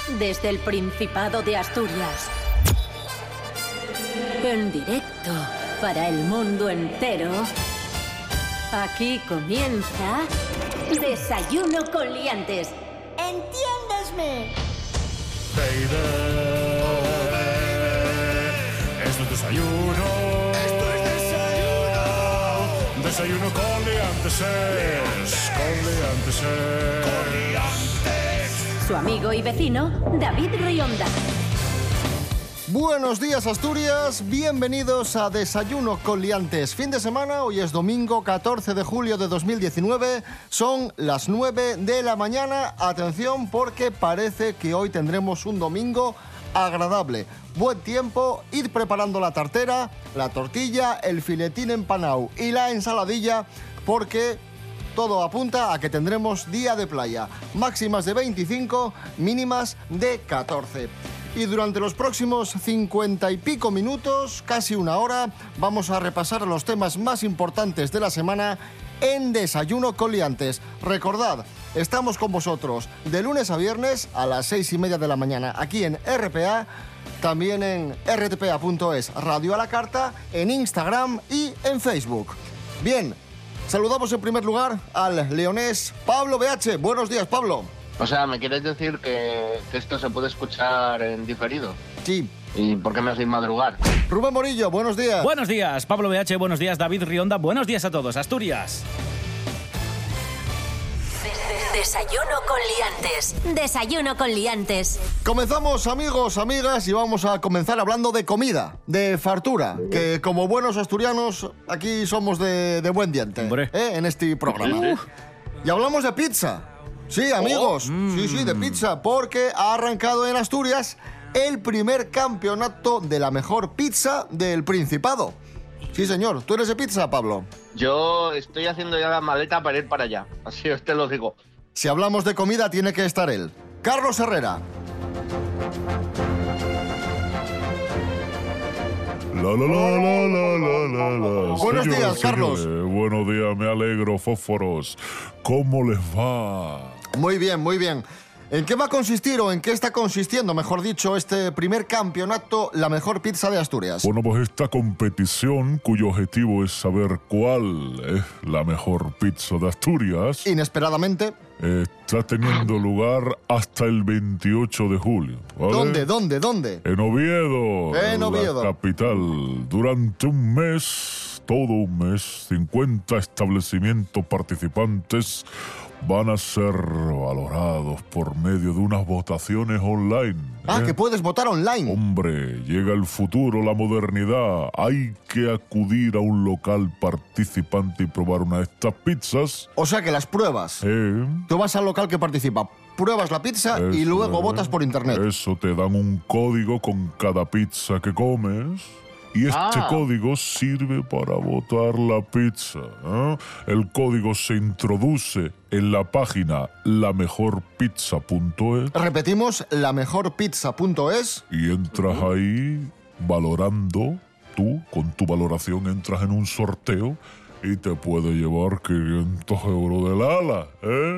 desde el Principado de Asturias. En directo para el mundo entero. Aquí comienza Desayuno con Liantes. ¡Entiéndesme! Baby, esto es desayuno. Esto es desayuno. Desayuno con liantes. Con liantes. Su amigo y vecino, David Rionda. Buenos días, Asturias. Bienvenidos a Desayuno con Liantes. Fin de semana, hoy es domingo 14 de julio de 2019. Son las 9 de la mañana. Atención, porque parece que hoy tendremos un domingo agradable. Buen tiempo, id preparando la tartera, la tortilla, el filetín empanado y la ensaladilla, porque todo apunta a que tendremos día de playa. Máximas de 25, mínimas de 14. Y durante los próximos 50 y pico minutos, casi una hora, vamos a repasar los temas más importantes de la semana en Desayuno con Liantes. Recordad, estamos con vosotros de lunes a viernes a las 6:30 de la mañana, aquí en RPA, también en rtpa.es, Radio a la Carta, en Instagram y en Facebook. Bien, saludamos en primer lugar al leonés Pablo BH. Buenos días, Pablo. O sea, ¿me quieres decir que esto se puede escuchar en diferido? Sí. ¿Y por qué me hacéis madrugar? Rubén Morillo, buenos días. Buenos días, Pablo BH, buenos días, David Rionda, buenos días a todos, Asturias. Desayuno con Liantes. Desayuno con Liantes. Comenzamos, amigos, amigas, y vamos a comenzar hablando de comida, de fartura, que como buenos asturianos aquí somos de buen diente, en este programa. Y hablamos de pizza. Sí, amigos, sí, de pizza, porque ha arrancado en Asturias el primer campeonato de la mejor pizza del Principado. Sí, señor. ¿Tú eres de pizza, Pablo? Yo estoy haciendo ya la maleta para ir para allá, así os te lo digo. Si hablamos de comida, tiene que estar él. Carlos Herrera. Buenos días, Carlos. Buenos días, me alegro, fósforos. ¿Cómo les va? Muy bien, muy bien. ¿En qué va a consistir o en qué está consistiendo, mejor dicho, este primer campeonato, la mejor pizza de Asturias? Bueno, pues esta competición, cuyo objetivo es saber cuál es la mejor pizza de Asturias, inesperadamente, está teniendo lugar hasta el 28 de julio. ¿Vale? ¿Dónde? En Oviedo. En Oviedo. La capital. Durante un mes, todo un mes, 50 establecimientos participantes van a ser valorados por medio de unas votaciones online. Ah, que puedes votar online. Hombre, llega el futuro, la modernidad. Hay que acudir a un local participante y probar una de estas pizzas. O sea que las pruebas. Tú vas al local que participa, pruebas la pizza y luego votas por internet. Eso, te dan un código con cada pizza que comes. Y este código sirve para votar la pizza. El código se introduce en la página lamejorpizza.es. Repetimos, lamejorpizza.es. Y entras ahí valorando. Tú, con tu valoración, entras en un sorteo y te puede llevar 500 euros del ala.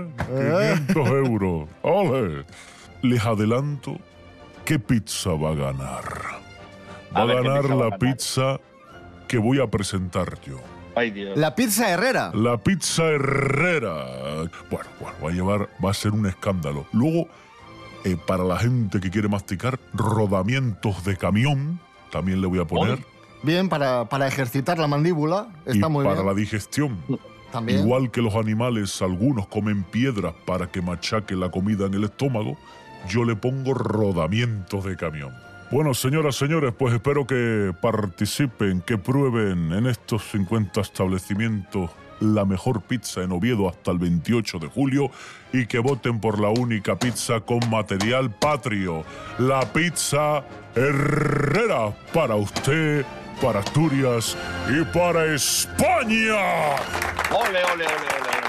500 euros. ¡Ole! Les adelanto qué pizza va a ganar. Va a ganar la pizza que voy a presentar yo. Ay, Dios. La pizza Herrera. La pizza Herrera. Bueno, va a ser un escándalo. Luego, para la gente que quiere masticar, rodamientos de camión, también le voy a poner. Bien, para ejercitar la mandíbula, está muy bien. Y para la digestión. También. Igual que los animales, algunos comen piedras para que machaque la comida en el estómago, yo le pongo rodamientos de camión. Bueno, señoras, señores, pues espero que participen, que prueben en estos 50 establecimientos la mejor pizza en Oviedo hasta el 28 de julio y que voten por la única pizza con material patrio, la pizza Herrera, para usted, para Asturias y para España. ¡Ole, ole, ole, ole!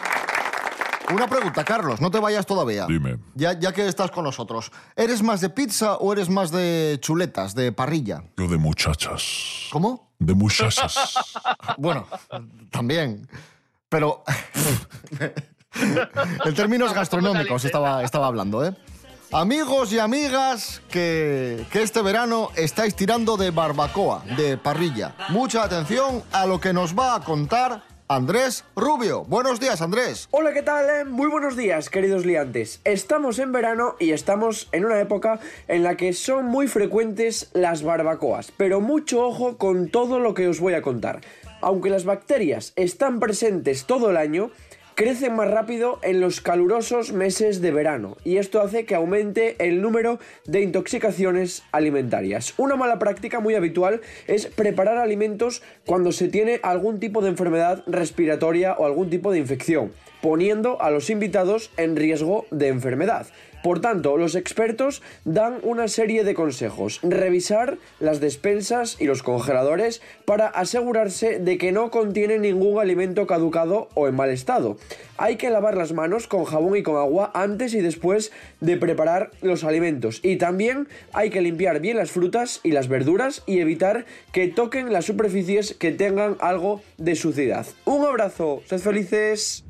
Una pregunta, Carlos, no te vayas todavía. Dime. Ya que estás con nosotros. ¿Eres más de pizza o eres más de chuletas, de parrilla? Yo de muchachas. ¿Cómo? De muchachas. Bueno, también. Pero en términos gastronómicos estaba hablando, ¿eh? Amigos y amigas que este verano estáis tirando de barbacoa, de parrilla. Mucha atención a lo que nos va a contar Andrés Rubio. Buenos días, Andrés. Hola, ¿qué tal? Muy buenos días, queridos liantes. Estamos en verano y estamos en una época en la que son muy frecuentes las barbacoas, pero mucho ojo con todo lo que os voy a contar. Aunque las bacterias están presentes todo el año, crecen más rápido en los calurosos meses de verano y esto hace que aumente el número de intoxicaciones alimentarias. Una mala práctica muy habitual es preparar alimentos cuando se tiene algún tipo de enfermedad respiratoria o algún tipo de infección, poniendo a los invitados en riesgo de enfermedad. Por tanto, los expertos dan una serie de consejos. Revisar las despensas y los congeladores para asegurarse de que no contienen ningún alimento caducado o en mal estado. Hay que lavar las manos con jabón y con agua antes y después de preparar los alimentos. Y también hay que limpiar bien las frutas y las verduras y evitar que toquen las superficies que tengan algo de suciedad. Un abrazo, sed felices.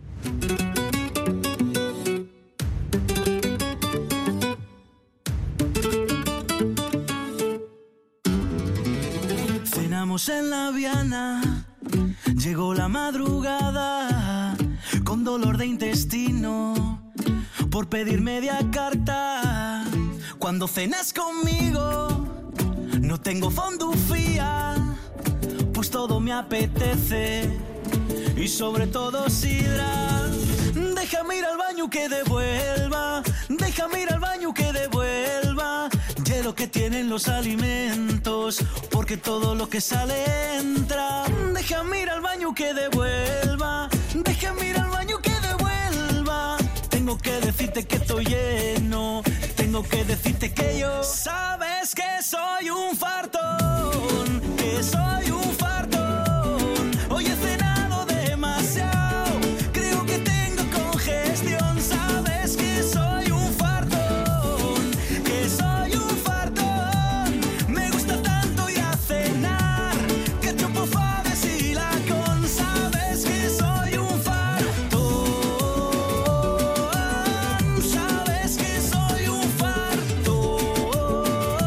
En la Viana, llegó la madrugada con dolor de intestino por pedir media carta. Cuando cenas conmigo no tengo fondufía, pues todo me apetece y sobre todo sidra. Déjame ir al baño que devuelva, déjame ir al baño que devuelva hielo que tienen los alimentos, porque todo lo que sale entra. Déjame ir al baño que devuelva, déjame ir al baño que devuelva. Tengo que decirte que estoy lleno, tengo que decirte que yo. Sabes que soy un fartón, que soy un fartón. Hoy he cenado demasiado, creo que tengo congestión. Sabes que soy un fartón, que soy un fartón. Me gusta tanto ir a cenar, que chupo faves y lacón. Sabes que soy un fartón, sabes que soy un fartón,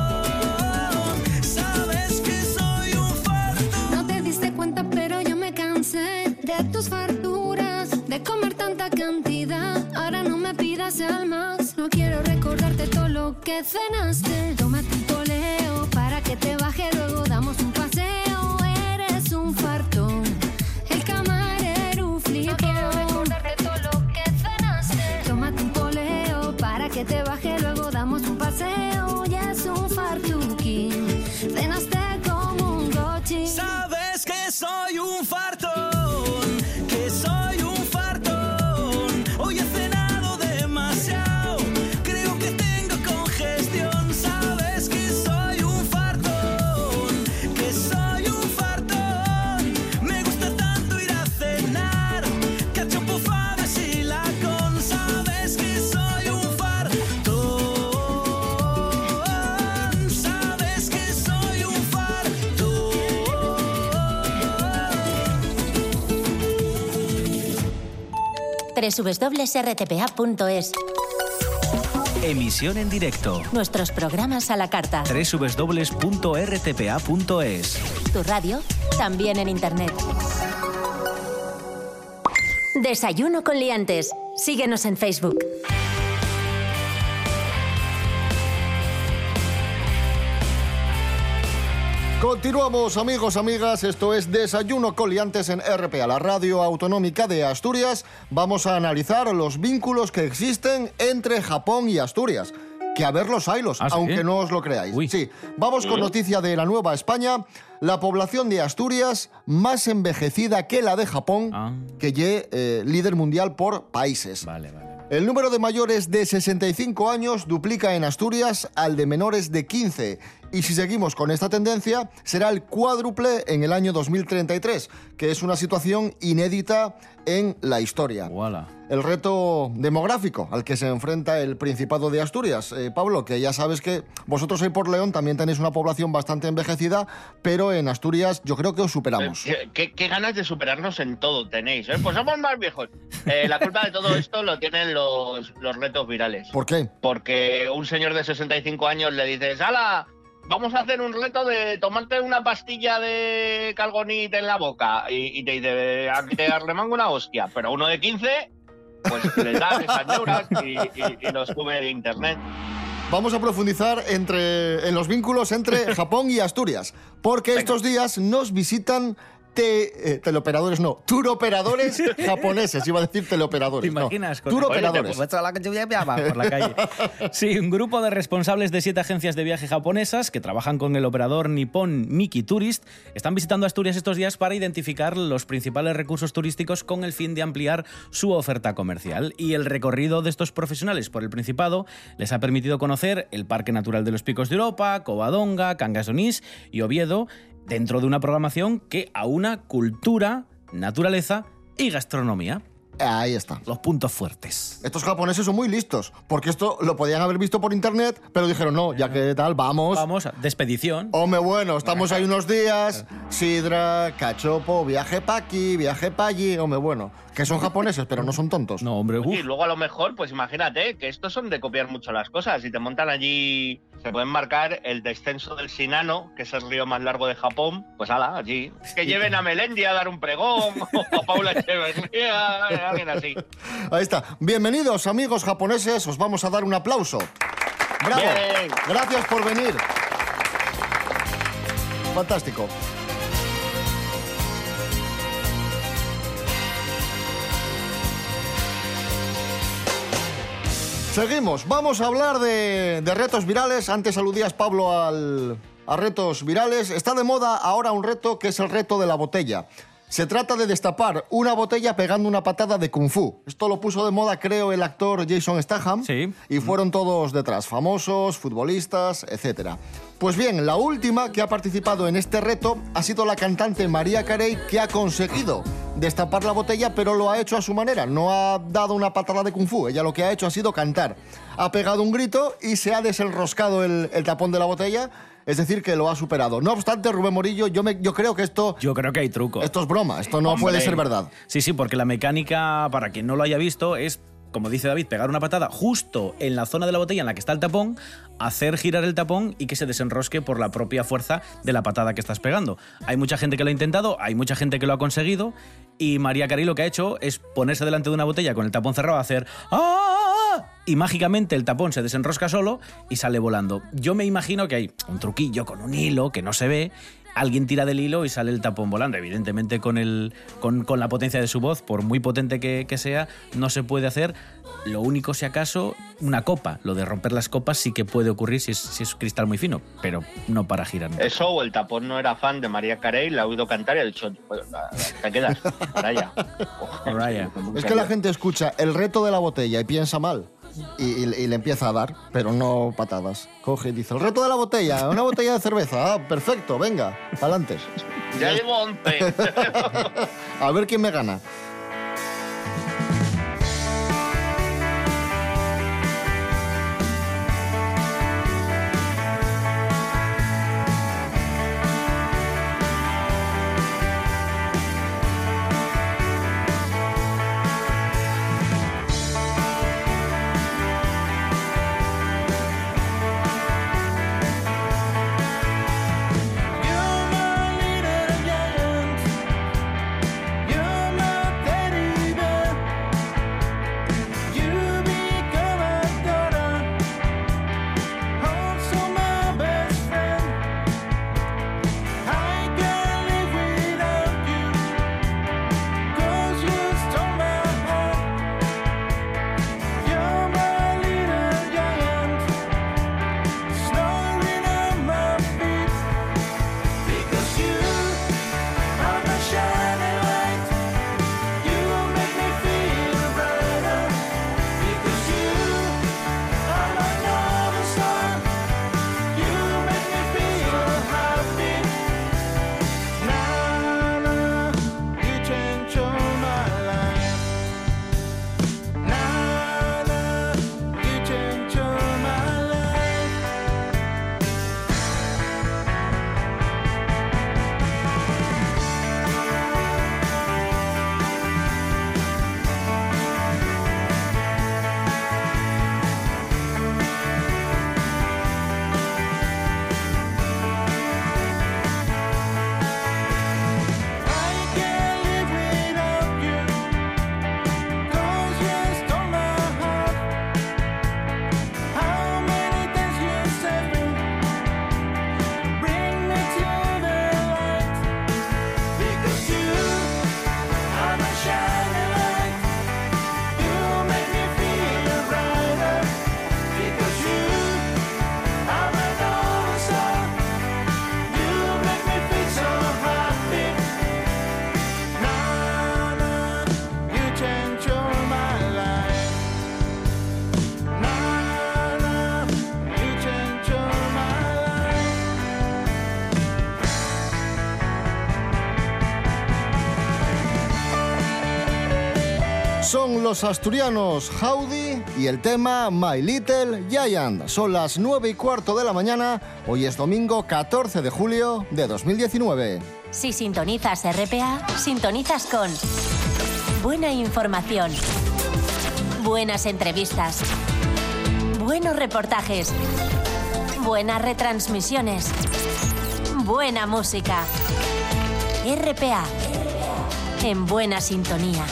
sabes que soy un fartón. No te diste cuenta, pero yo me cansé de tus farturas, de comer tanta cantidad. Ahora no me pidas al max, no quiero recordarte todo lo que cenaste. Tómate un poleo para que te baje, luego damos un paseo. Eres un fartón, el camarero flipó. No quiero recordarte todo lo que cenaste. Tómate un poleo para que te baje, luego damos un paseo. Ya es un fartuquín, cenaste como un gochi. Sabes que soy un fartón, que soy un fartón. Hoy he cenado demasiado, creo que tengo congestión. Sabes que soy un fartón, que soy un fartón. Me gusta tanto ir a cenar, cachopo faves y lacón. Sabes que soy un fartón, sabes que soy un fartón. www.rtpa.es. Emisión en directo. Nuestros programas a la carta. www.rtpa.es. Tu radio, también en internet. Desayuno con liantes. Síguenos en Facebook. Continuamos, amigos, amigas. Esto es Desayuno con Liantes en RPA, la radio autonómica de Asturias. Vamos a analizar los vínculos que existen entre Japón y Asturias. Que a ver los haylos, ¿Ah, sí? aunque no os lo creáis. Uy. Sí, vamos con noticia de la Nueva España. La población de Asturias más envejecida que la de Japón, que es líder mundial por países. Vale, vale. El número de mayores de 65 años duplica en Asturias al de menores de 15 y si seguimos con esta tendencia, será el cuádruple en el año 2033, que es una situación inédita en la historia. Voilà. El reto demográfico al que se enfrenta el Principado de Asturias. Pablo, que ya sabes que vosotros ahí por León también tenéis una población bastante envejecida, pero en Asturias yo creo que os superamos. ¿Qué ganas de superarnos en todo tenéis? Pues somos más viejos. La culpa de todo esto lo tienen los retos virales. ¿Por qué? Porque un señor de 65 años le dices, ¡hala! Vamos a hacer un reto de tomarte una pastilla de Calgonit en la boca. Y te dice, aquí te arremango una hostia. Pero uno de 15, pues les da esas neuras y los sube de internet. Vamos a profundizar en los vínculos entre Japón y Asturias, porque estos días nos visitan teleoperadores, no, turoperadores japoneses. Iba a decir teleoperadores. ¿Te imaginas? No, turoperadores. Por la calle. Sí, un grupo de responsables de 7 agencias de viaje japonesas que trabajan con el operador nipón Miki Tourist están visitando Asturias estos días para identificar los principales recursos turísticos con el fin de ampliar su oferta comercial. Y el recorrido de estos profesionales por el Principado les ha permitido conocer el Parque Natural de los Picos de Europa, Covadonga, Cangas de Onís y Oviedo, dentro de una programación que aúna cultura, naturaleza y gastronomía. Ahí está. Los puntos fuertes. Estos japoneses son muy listos, porque esto lo podían haber visto por internet, pero dijeron, no, ya que tal, vamos. Vamos, de expedición. Hombre, bueno, estamos ahí unos días, sidra, cachopo, viaje pa' aquí, viaje pa' allí, hombre, bueno. Que son japoneses, pero no son tontos. No, hombre. Y luego a lo mejor, pues imagínate que estos son de copiar mucho las cosas y te montan allí, se pueden marcar el descenso del Shinano, que es el río más largo de Japón, pues ala, allí. Que lleven a Melendi a dar un pregón, o a Paula Echeverría, alguien así. Ahí está. Bienvenidos, amigos japoneses, os vamos a dar un aplauso. ¡Bravo! Bien. Gracias por venir. Fantástico. Seguimos, vamos a hablar de retos virales. Antes aludías, Pablo, a retos virales. Está de moda ahora un reto que es el reto de la botella. Se trata de destapar una botella pegando una patada de Kung Fu. Esto lo puso de moda, creo, el actor Jason Statham. Sí. Y fueron todos detrás, famosos, futbolistas, etc. Pues bien, la última que ha participado en este reto ha sido la cantante Mariah Carey, que ha conseguido destapar la botella, pero lo ha hecho a su manera. No ha dado una patada de Kung Fu. Ella lo que ha hecho ha sido cantar. Ha pegado un grito y se ha desenroscado el tapón de la botella. Es decir, que lo ha superado. No obstante, Rubén Morillo, yo creo que esto... Yo creo que hay truco. Esto es broma, esto no puede ser verdad. Sí, porque la mecánica, para quien no lo haya visto, es, como dice David, pegar una patada justo en la zona de la botella en la que está el tapón, hacer girar el tapón y que se desenrosque por la propia fuerza de la patada que estás pegando. Hay mucha gente que lo ha intentado, hay mucha gente que lo ha conseguido, y Mariah Carey lo que ha hecho es ponerse delante de una botella con el tapón cerrado, hacer ¡ah! Y mágicamente el tapón se desenrosca solo y sale volando. Yo me imagino que hay un truquillo con un hilo que no se ve, alguien tira del hilo y sale el tapón volando. Evidentemente con la potencia de su voz, por muy potente que sea, no se puede hacer. Lo único, si acaso, una copa. Lo de romper las copas sí que puede ocurrir si es cristal muy fino, pero no para girar. Eso, o el tapón no era fan de Mariah Carey, la ha oído cantar y ha dicho, te quedas, Mariah. Es que la gente escucha el reto de la botella y piensa mal. Y le empieza a dar, pero no patadas. Coge y dice, el reto de la botella, una botella de cerveza. Ah, perfecto, venga, adelante. Ya llevo 11. A ver quién me gana. los asturianos Howdy y el tema My Little Giant. Son las 9:15 de la mañana. Hoy es domingo 14 de julio de 2019. Si sintonizas RPA, sintonizas con buena información, buenas entrevistas, buenos reportajes, buenas retransmisiones, buena música. RPA, en buena sintonía.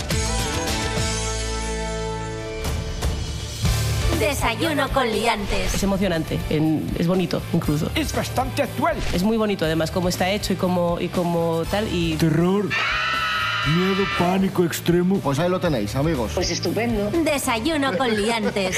Desayuno con liantes. Es emocionante, es bonito incluso. Es bastante actual. Es muy bonito además cómo está hecho y cómo tal y... Terror, miedo, pánico extremo. Pues ahí lo tenéis, amigos. Pues estupendo. Desayuno con liantes.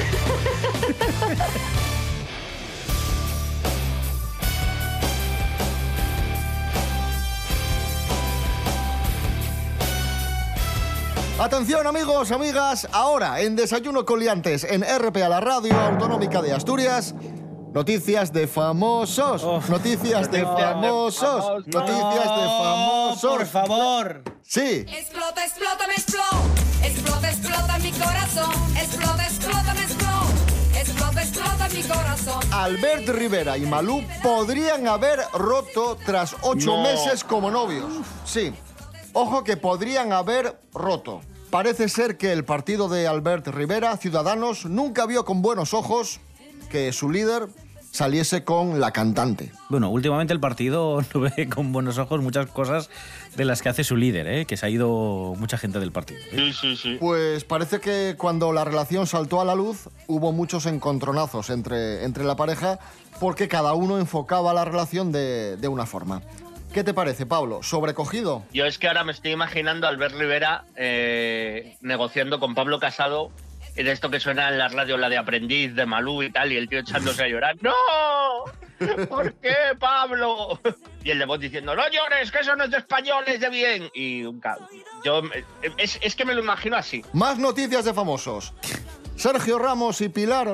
Atención amigos, amigas, ahora en Desayuno con Liantes, en RPA, la radio autonómica de Asturias, noticias de famosos, noticias de famosos, noticias de famosos. Por favor. Sí. Explota, explota, me explota. Explota, explota mi corazón. Explota, explota, me explota. Explota, explota mi corazón. Albert Rivera y Malú podrían haber roto tras 8 meses como novios. Sí. Ojo que podrían haber roto. Parece ser que el partido de Albert Rivera, Ciudadanos, nunca vio con buenos ojos que su líder saliese con la cantante. Bueno, últimamente el partido no ve con buenos ojos muchas cosas de las que hace su líder, que se ha ido mucha gente del partido. Sí. Pues parece que cuando la relación saltó a la luz hubo muchos encontronazos entre la pareja porque cada uno enfocaba la relación de una forma. ¿Qué te parece, Pablo? ¿Sobrecogido? Yo es que ahora me estoy imaginando a Albert Rivera negociando con Pablo Casado de esto que suena en la radio, la de Aprendiz, de Malú y tal, y el tío echándose a llorar. ¡No! ¿Por qué, Pablo? Y el de voz diciendo, no llores, que eso no es de españoles de bien. Y es que me lo imagino así. Más noticias de famosos. Sergio Ramos y Pilar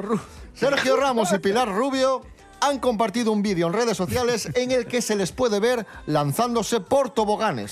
Rubio han compartido un vídeo en redes sociales en el que se les puede ver lanzándose por toboganes.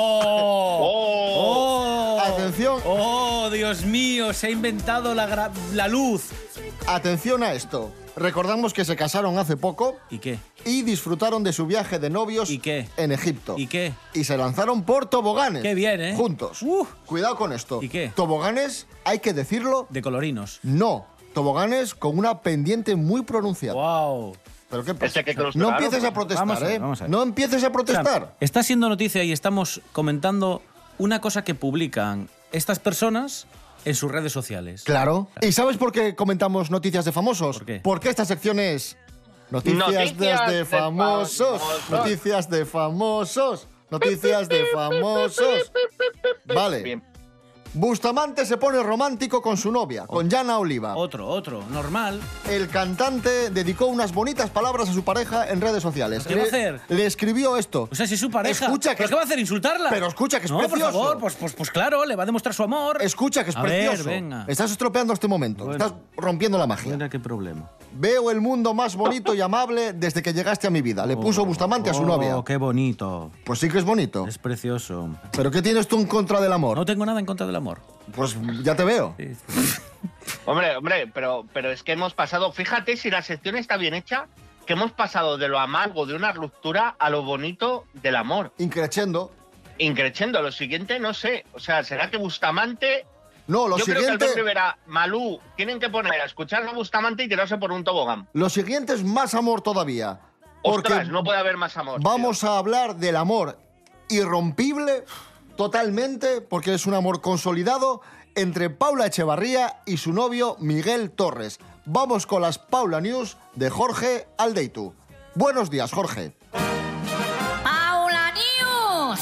Atención. ¡Oh, Dios mío! Se ha inventado la luz. Atención a esto. Recordamos que se casaron hace poco. ¿Y qué? Y disfrutaron de su viaje de novios. ¿Y qué? En Egipto. ¿Y qué? Y se lanzaron por toboganes. ¡Qué bien, eh! Juntos. Cuidado con esto. ¿Y qué? Toboganes, hay que decirlo. De colorinos. No. Toboganes con una pendiente muy pronunciada. ¡Wow! ¿Pero qué pasa? No No empieces a protestar, vamos a ver. No empieces a protestar. O sea, está siendo noticia y estamos comentando una cosa que publican estas personas en sus redes sociales. Claro. ¿Y sabes por qué comentamos noticias de famosos? ¿Por qué? Porque esta sección es Noticias de famosos. Noticias de famosos. Noticias de famosos. Vale. Bien. Bustamante se pone romántico con su novia, con Jana Oliva. Otro, normal. El cantante dedicó unas bonitas palabras a su pareja en redes sociales. ¿Qué va a hacer? Le escribió esto. O sea, si es su pareja. Escucha que ¿Pero qué va a hacer? ¿Insultarla? Pero escucha que es precioso. Por favor, pues claro, le va a demostrar su amor. Escucha que es precioso. Venga. Estás estropeando este momento. Bueno. Estás rompiendo la magia. Mira qué problema. Veo el mundo más bonito y amable desde que llegaste a mi vida. Le puso Bustamante a su novia. Qué bonito. Pues sí que es bonito. Es precioso. ¿Pero qué tienes tú en contra del amor? No tengo nada en contra del amor. Pues ya te veo. Sí. Hombre, pero es que hemos pasado, fíjate si la sección está bien hecha, que hemos pasado de lo amargo de una ruptura a lo bonito del amor. Increchendo. Lo siguiente, no sé. O sea, ¿será que Bustamante? No, lo Yo siguiente... creo que Albert Rivera, Malú, tienen que poner a escuchar a Bustamante y tirarse por un tobogán. Lo siguiente es más amor todavía. Porque Ostras, no puede haber más amor. Vamos a hablar del amor irrompible, totalmente, porque es un amor consolidado entre Paula Echevarría y su novio Miguel Torres. Vamos con las Paula News de Jorge Aldeitu. Buenos días, Jorge. ¡Paula News!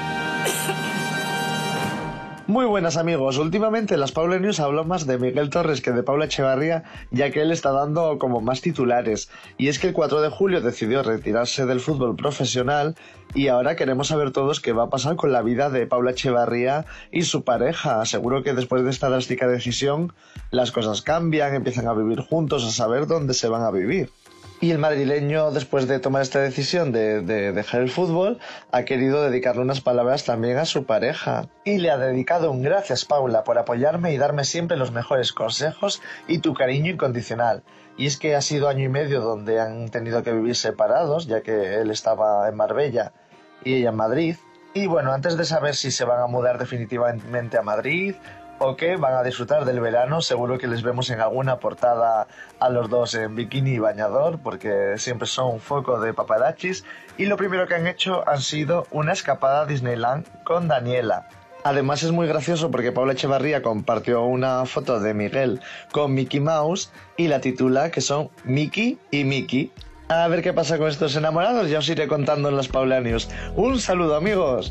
Muy buenas amigos, últimamente en las Paula News hablo más de Miguel Torres que de Paula Echevarría, ya que él está dando como más titulares. Y es que el 4 de julio decidió retirarse del fútbol profesional y ahora queremos saber todos qué va a pasar con la vida de Paula Echevarría y su pareja. Seguro que después de esta drástica decisión las cosas cambian, empiezan a vivir juntos, a saber dónde se van a vivir. Y el madrileño, después de tomar esta decisión de dejar el fútbol, ha querido dedicarle unas palabras también a su pareja. Y le ha dedicado un gracias, Paula, por apoyarme y darme siempre los mejores consejos y tu cariño incondicional. Y es que ha sido año y medio donde han tenido que vivir separados, ya que él estaba en Marbella y ella en Madrid. Y bueno, antes de saber si se van a mudar definitivamente a Madrid o que van a disfrutar del verano, seguro que les vemos en alguna portada a los dos en bikini y bañador, porque siempre son un foco de paparazzis. Y lo primero que han hecho han sido una escapada a Disneyland con Daniela. Además es muy gracioso porque Paula Echevarría compartió una foto de Miguel con Mickey Mouse y la titula que son Mickey y Mickey. A ver qué pasa con estos enamorados, ya os iré contando en las Paula News. ¡Un saludo, amigos!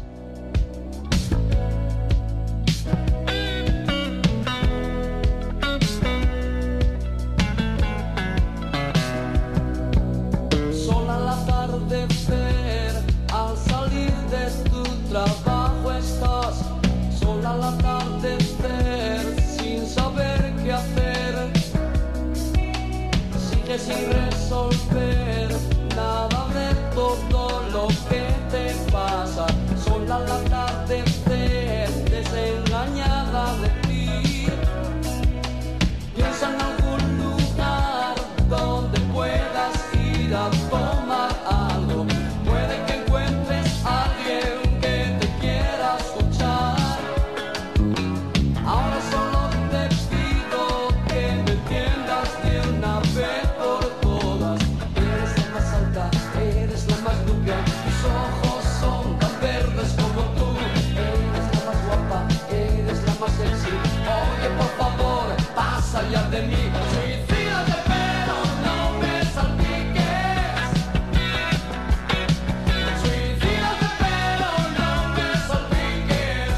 Sin resolver nada de todo lo que te pasa, sola al atardecer, desengañada de ti. Piensa en algún lugar donde puedas ir a tomar algo. Puede que encuentres a alguien que te quiera escuchar. Ahora solo te pido que me entiendas de una vez. Allá de mí, suicídate, pero no me salpiques. Suicídate, pero no me salpiques.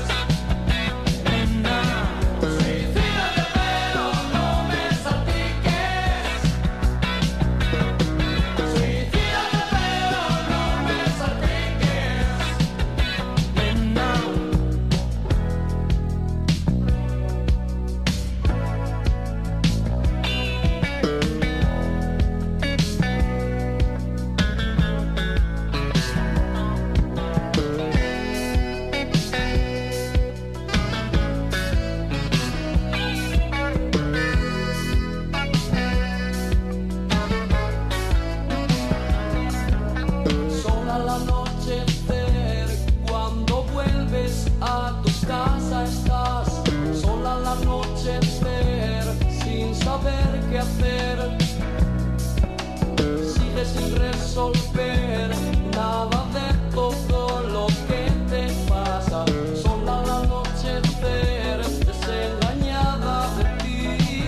Suicídate, pero no me salpiques. Suicídate, pero no me salpiques. Qué hacer, sigue sin resolver nada de todo lo que te pasa, sola al anochecer, desengañada de ti.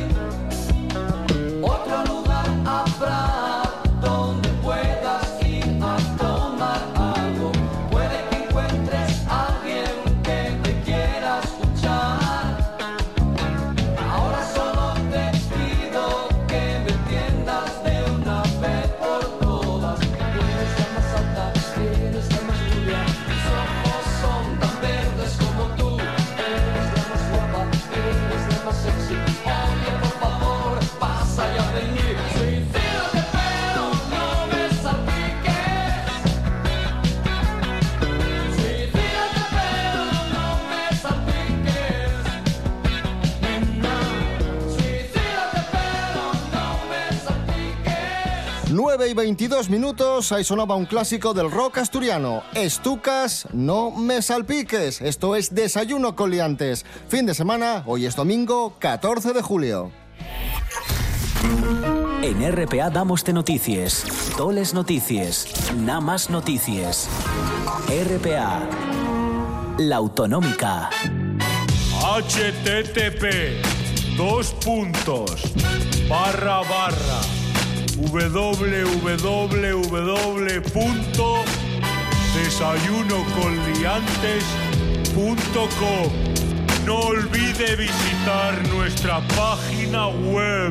Otro lugar habrá donde puedas ir a tomar algo, puede que encuentres a alguien que te quiera escuchar. Ahora solo te pido que me entiendas de una vez por todas. Tú eres la más alta, eres la más rubia. Tus ojos son tan verdes como tú. Eres la más guapa, eres la más sexy. Oye, por favor, pasa ya de mí. Suicídate, pero no me salpiques. Suicídate, pero no me salpiques. Suicídate, pero no me salpiques. 9 y 22 minutos, ahí sonaba un clásico del rock asturiano. Estucas, no me salpiques. Esto es Desayuno con Liantes. Fin de semana, hoy es domingo 14 de julio. En RPA damos-te notícies, toles notícies, na más notícies. RPA, la autonómica. http www.desayunoconliantes.com. No olvide visitar nuestra página web.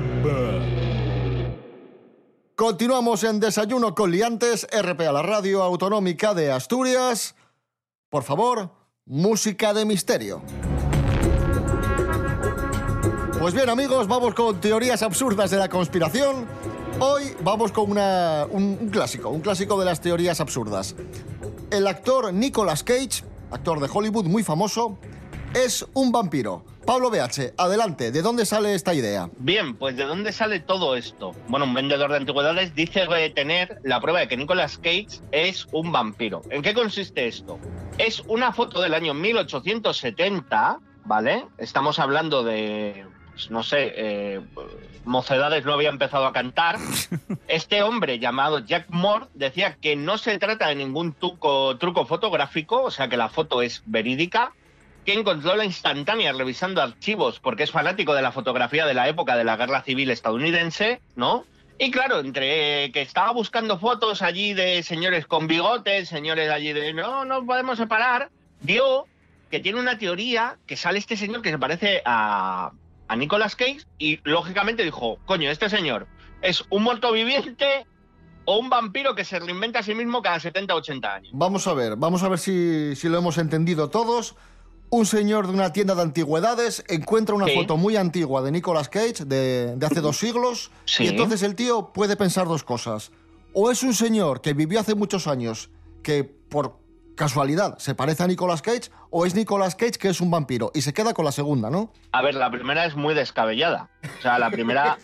Continuamos en Desayuno con Liantes, RPA, la radio autonómica de Asturias. Por favor, música de misterio. Pues bien, amigos, vamos con teorías absurdas de la conspiración. Hoy vamos con un clásico de las teorías absurdas. El actor Nicolas Cage, actor de Hollywood muy famoso, es un vampiro. Pablo BH, adelante, ¿de dónde sale esta idea? Bien, pues ¿de dónde sale todo esto? Bueno, un vendedor de antigüedades dice tener la prueba de que Nicolas Cage es un vampiro. ¿En qué consiste esto? Es una foto del año 1870, ¿vale? Estamos hablando de, pues, no sé, Mocedades no había empezado a cantar. Este hombre llamado Jack Moore decía que no se trata de ningún truco fotográfico, o sea que la foto es verídica, que encontró la instantánea revisando archivos porque es fanático de la fotografía de la época de la Guerra Civil estadounidense, ¿no? Y claro, entre que estaba buscando fotos allí de señores con bigotes, señores allí de no podemos separar, vio que tiene una teoría que sale este señor que se parece a Nicolas Cage y lógicamente dijo, coño, este señor es un muerto viviente o un vampiro que se reinventa a sí mismo cada 70 o 80 años. Vamos a ver si lo hemos entendido todos. Un señor de una tienda de antigüedades encuentra una foto muy antigua de Nicolas Cage, de hace 2 siglos, y entonces el tío puede pensar 2 cosas. O es un señor que vivió hace muchos años, que por casualidad se parece a Nicolas Cage, o es Nicolas Cage que es un vampiro, y se queda con la segunda, ¿no? A ver, la primera es muy descabellada. O sea, la primera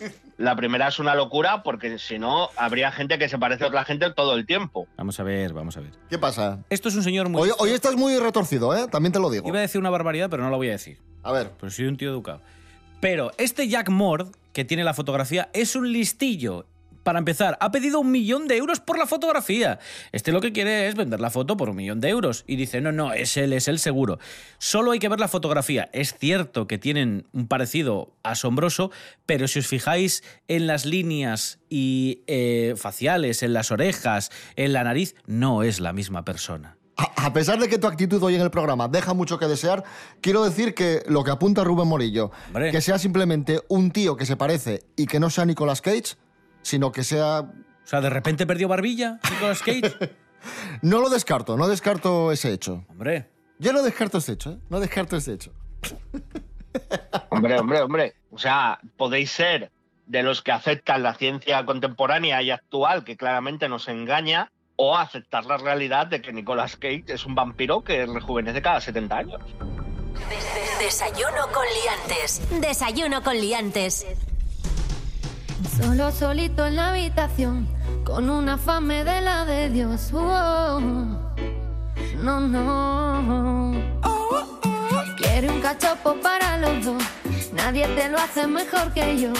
es una locura porque si no, habría gente que se parece a otra gente todo el tiempo. Vamos a ver. ¿Qué pasa? Esto es un señor muy... Hoy estás muy retorcido, ¿eh? También te lo digo. Iba a decir una barbaridad, pero no la voy a decir. A ver. Pues soy un tío educado. Pero este Jack Moore, que tiene la fotografía, es un listillo. Para empezar, ha pedido 1 millón de euros por la fotografía. Este lo que quiere es vender la foto por 1 millón de euros. Y dice, no, es él seguro. Solo hay que ver la fotografía. Es cierto que tienen un parecido asombroso, pero si os fijáis en las líneas y faciales, en las orejas, en la nariz, no es la misma persona. A pesar de que tu actitud hoy en el programa deja mucho que desear, quiero decir que lo que apunta Rubén Morillo, que sea simplemente un tío que se parece y que no sea Nicolas Cage, sino que sea... O sea, ¿de repente perdió barbilla Nicolas Cage? No descarto ese hecho. Hombre. Yo no descarto ese hecho, ¿eh? No descarto ese hecho. Hombre. O sea, podéis ser de los que aceptan la ciencia contemporánea y actual, que claramente nos engaña, o aceptar la realidad de que Nicolas Cage es un vampiro que rejuvenece cada 70 años. Desayuno con liantes. Desayuno con liantes. Solo solito en la habitación, con una fame de la de Dios. No. Quiero un cachopo para los dos. Nadie te lo hace mejor que yo.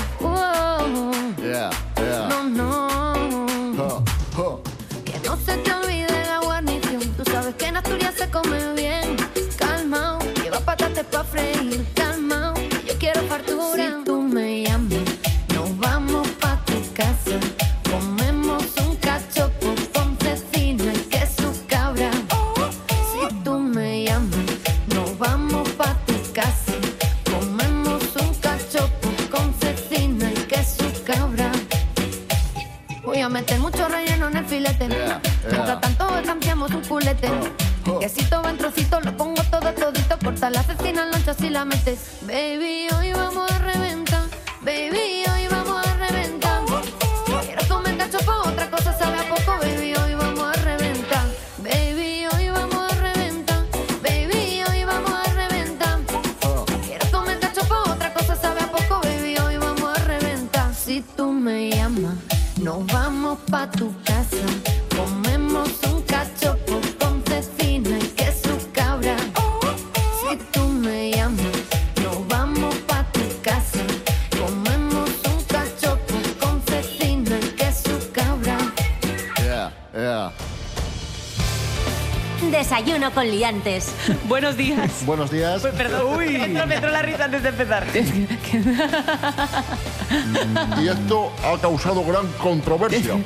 No. Que no se te olvide la guarnición. Tú sabes que en Asturias se come bien. Calmao, lleva patatas pa' freír. Calmao, yo quiero fartura. Si tú me llamas, nos vamos pa' tu casa. Comemos un cachopo con cecina y queso cabra. Si tú me llamas, nos vamos pa' tu casa. Comemos un cachopo con cecina y queso cabra. Voy a meter mucho relleno en el filete. Mientras tanto escanciamos un culete. El quesito va en trocitos, lo pongo todo todito. Corta la cecina en lonchas y la metes. Baby, hoy vamos a reventar. Baby, hoy vamos a reventar. Quiero comer cachopo, otra cosa sabe a poco. Baby, hoy vamos a reventar. Baby, hoy vamos a reventar. Baby, hoy vamos a reventar. Quiero comer cachopo, otra cosa sabe a poco. Baby, hoy vamos a reventar. Si tú me llamas, nos vamos pa' tu casa. Comemos un cachopo con cecina y queso cabra. Si tú me llamas, nos vamos pa' tu casa. Comemos un cachopo con cecina y queso cabra. Desayuno con liantes. Buenos días. Buenos días. Perdón, me entró la risa antes de empezar. Y esto ha causado gran controversia.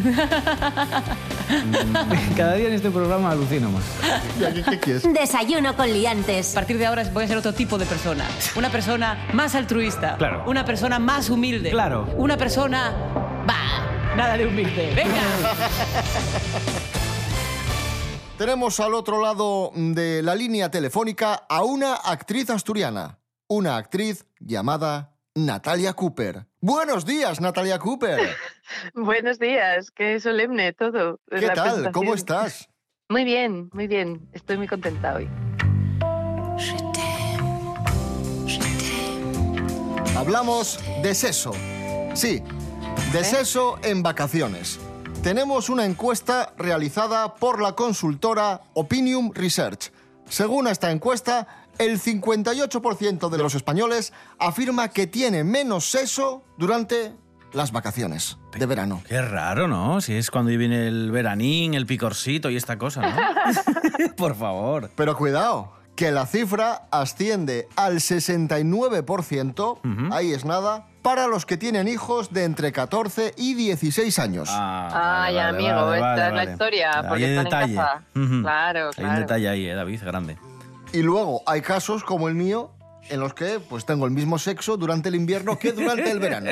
Cada día en este programa alucino más. ¿Qué quieres? Desayuno con liantes. A partir de ahora voy a ser otro tipo de persona. Una persona más altruista. Claro. Una persona más humilde. Claro. Una persona... Bah, nada de humilde. ¡Venga! Tenemos al otro lado de la línea telefónica a una actriz asturiana. Una actriz llamada Natalia Cooper. Buenos días, Natalia Cooper. Buenos días, qué solemne todo. ¿Qué tal? ¿Cómo estás? Muy bien, muy bien. Estoy muy contenta hoy. Hablamos de sexo. Sí, de sexo en vacaciones. Tenemos una encuesta realizada por la consultora Opinium Research. Según esta encuesta, el 58% de los españoles afirma que tiene menos sexo durante las vacaciones de verano. Qué raro, ¿no? Si es cuando viene el veranín, el picorcito y esta cosa, ¿no? Por favor. Pero cuidado, que la cifra asciende al 69%, ahí es nada, para los que tienen hijos de entre 14 y 16 años. Ay, amigo, esta es la historia, porque hay están detalle. en casa. Claro, Hay un detalle ahí, David, grande. Y luego hay casos como el mío, en los que pues tengo el mismo sexo durante el invierno que durante el verano.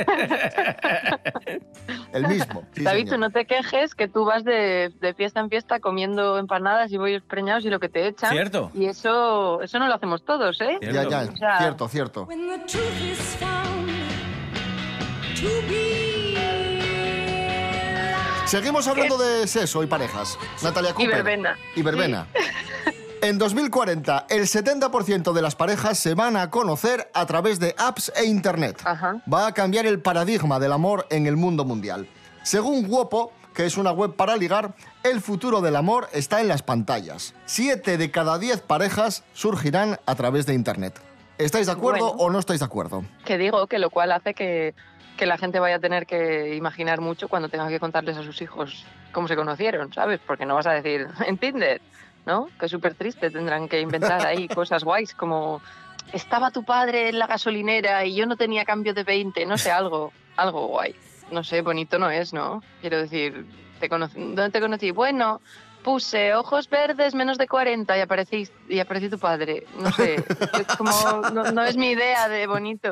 El mismo. Sí, David, señor. tú no te quejes que tú vas de fiesta en fiesta comiendo empanadas y bollos preñados y lo que te echan. Cierto. Y eso no lo hacemos todos, ¿eh? Ya, O sea, cierto. Seguimos hablando de sexo y parejas. Natalia Cooper. Y verbena. En 2040, el 70% de las parejas se van a conocer a través de apps e internet. Va a cambiar el paradigma del amor en el mundo mundial. Según Wopo, que es una web para ligar, el futuro del amor está en las pantallas. 7 de cada 10 parejas surgirán a través de internet. ¿Estáis de acuerdo o no estáis de acuerdo? Que digo que lo cual hace que la gente vaya a tener que imaginar mucho cuando tenga que contarles a sus hijos cómo se conocieron, ¿sabes? Porque no vas a decir en Tinder, ¿no? Que es súper triste, tendrán que inventar ahí cosas guays como estaba tu padre en la gasolinera y yo no tenía cambio de 20, no sé, algo guay. No sé, bonito no es, ¿no? Quiero decir, ¿dónde te conocí? Bueno, puse ojos verdes, menos de 40 y aparecí tu padre. No sé, es como, no es mi idea de bonito.